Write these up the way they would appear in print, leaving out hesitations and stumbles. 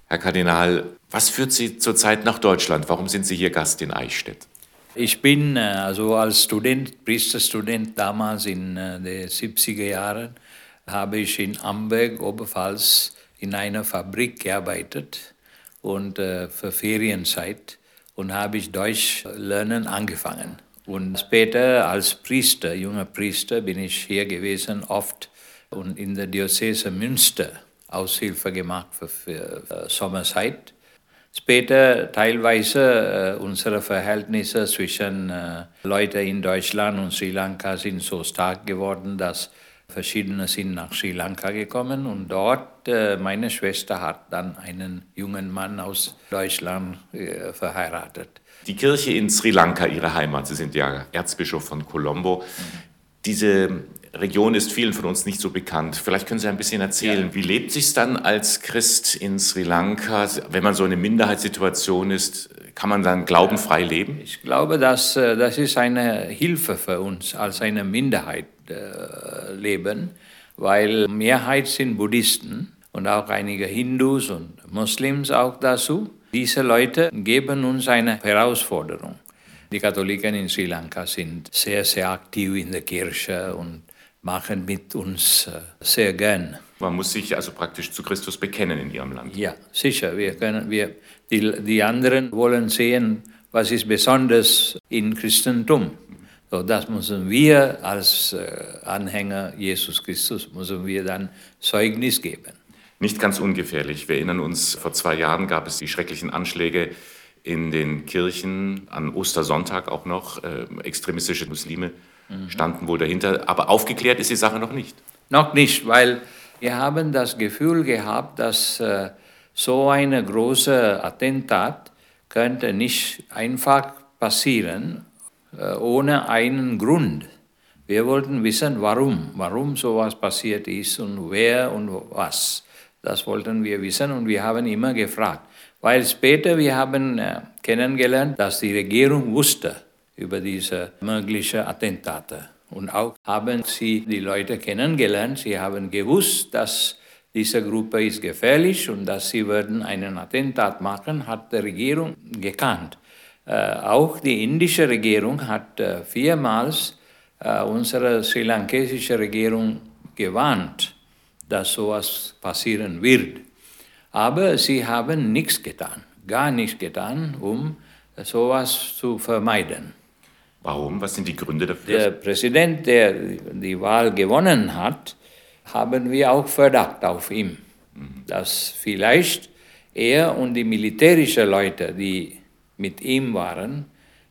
Herr Kardinal, was führt Sie zurzeit nach Deutschland? Warum sind Sie hier Gast in Eichstätt? Ich bin also als Student, Priesterstudent damals in den 70er Jahren, habe ich in Amberg, Oberpfalz, in einer Fabrik gearbeitet und für Ferienzeit und habe ich Deutsch lernen angefangen. Und später als Priester, junger Priester, bin ich hier gewesen oft und in der Diözese Münster Aushilfe gemacht für Sommerzeit. Später teilweise unsere Verhältnisse zwischen Leuten in Deutschland und Sri Lanka sind so stark geworden, dass verschiedene sind nach Sri Lanka gekommen und dort meine Schwester hat dann einen jungen Mann aus Deutschland verheiratet. Die Kirche in Sri Lanka, Ihre Heimat, Sie sind ja Erzbischof von Colombo. Diese Region ist vielen von uns nicht so bekannt. Vielleicht können Sie ein bisschen erzählen, wie lebt sich dann als Christ in Sri Lanka? Wenn man so eine Minderheitssituation ist, kann man dann glaubenfrei leben? Ich glaube, das ist eine Hilfe für uns als eine Minderheit leben, weil Mehrheit sind Buddhisten und auch einige Hindus und Muslims auch dazu. Diese Leute geben uns eine Herausforderung. Die Katholiken in Sri Lanka sind sehr, sehr aktiv in der Kirche und machen mit uns sehr gern. Man muss sich also praktisch zu Christus bekennen in Ihrem Land. Ja, sicher. Die anderen wollen sehen, was ist besonders im Christentum. So, das müssen wir als Anhänger Jesus Christus, müssen wir dann Zeugnis geben. Nicht ganz ungefährlich. Wir erinnern uns, vor 2 Jahren gab es die schrecklichen Anschläge in den Kirchen, an Ostersonntag auch noch. Extremistische Muslime standen wohl dahinter. Aber aufgeklärt ist die Sache noch nicht. Noch nicht, weil wir haben das Gefühl gehabt, dass so eine große Attentat könnte nicht einfach passieren ohne einen Grund. Wir wollten wissen, warum sowas passiert ist und wer und was. Das wollten wir wissen und wir haben immer gefragt. Weil später wir haben kennengelernt, dass die Regierung wusste über diese möglichen Attentate. Und auch haben sie die Leute kennengelernt. Sie haben gewusst, dass diese Gruppe ist gefährlich und dass sie würden einen Attentat machen, hat die Regierung gekannt. Auch die indische Regierung hat viermals unsere sri lankesische Regierung gewarnt, dass sowas passieren wird. Aber sie haben nichts getan, gar nichts getan, um sowas zu vermeiden. Warum? Was sind die Gründe dafür? Der Präsident, der die Wahl gewonnen hat, haben wir auch Verdacht auf ihn, dass vielleicht er und die militärischen Leute, die mit ihm waren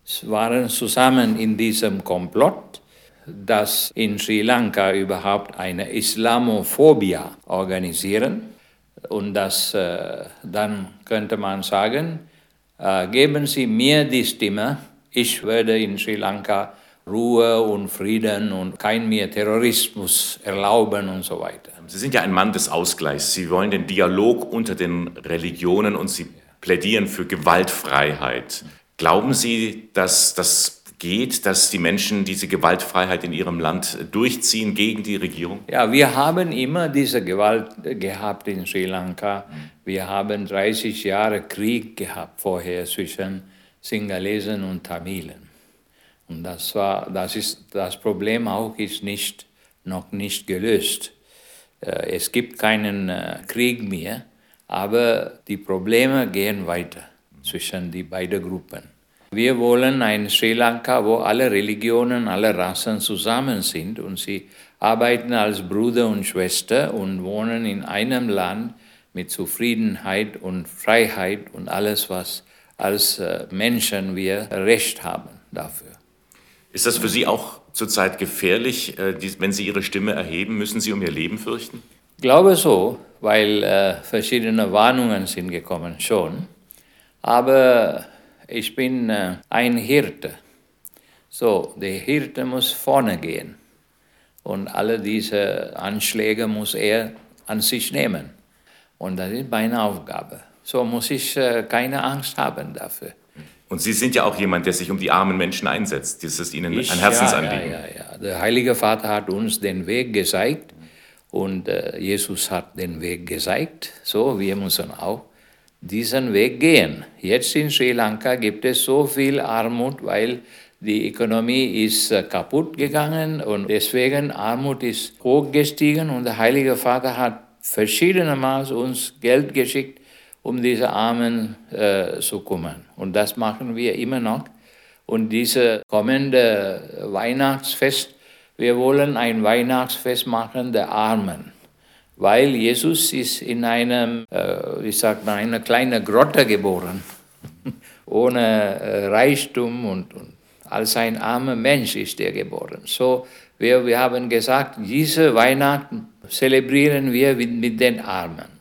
zusammen in diesem Komplott, dass in Sri Lanka überhaupt eine Islamophobie organisieren. Und das, dann könnte man sagen, geben Sie mir die Stimme, ich werde in Sri Lanka Ruhe und Frieden und kein mehr Terrorismus erlauben und so weiter. Sie sind ja ein Mann des Ausgleichs. Sie wollen den Dialog unter den Religionen und Sie plädieren für Gewaltfreiheit. Glauben Sie, dass das geht, dass die Menschen diese Gewaltfreiheit in ihrem Land durchziehen gegen die Regierung? Ja, wir haben immer diese Gewalt gehabt in Sri Lanka. Wir haben 30 Jahre Krieg gehabt vorher zwischen Singalesen und Tamilen. Und das Problem auch ist noch nicht gelöst. Es gibt keinen Krieg mehr, aber die Probleme gehen weiter zwischen die beiden Gruppen. Wir wollen ein Sri Lanka, wo alle Religionen, alle Rassen zusammen sind und sie arbeiten als Bruder und Schwester und wohnen in einem Land mit Zufriedenheit und Freiheit und alles, was als Menschen wir Recht haben dafür. Ist das für Sie auch zurzeit gefährlich, wenn Sie Ihre Stimme erheben? Müssen Sie um Ihr Leben fürchten? Ich glaube so, weil verschiedene Warnungen sind gekommen schon. Aber ich bin ein Hirte. So, der Hirte muss vorne gehen. Und alle diese Anschläge muss er an sich nehmen. Und das ist meine Aufgabe. So muss ich keine Angst haben dafür. Und Sie sind ja auch jemand, der sich um die armen Menschen einsetzt. Das ist Ihnen ein Herzensanliegen. Ja. Der Heilige Vater hat uns den Weg gezeigt und Jesus hat den Weg gezeigt. So, wir müssen auch diesen Weg gehen. Jetzt in Sri Lanka gibt es so viel Armut, weil die Ökonomie ist kaputt gegangen und deswegen Armut ist hochgestiegen und der Heilige Vater hat verschiedene Mal uns Geld geschickt, um diese Armen zu kümmern. Und das machen wir immer noch. Und diese kommende Weihnachtsfest, wir wollen ein Weihnachtsfest machen der Armen. Weil Jesus ist in einer kleinen Grotte geboren, ohne Reichtum und als ein armer Mensch ist er geboren. So, wir haben gesagt, diese Weihnachten zelebrieren wir mit den Armen.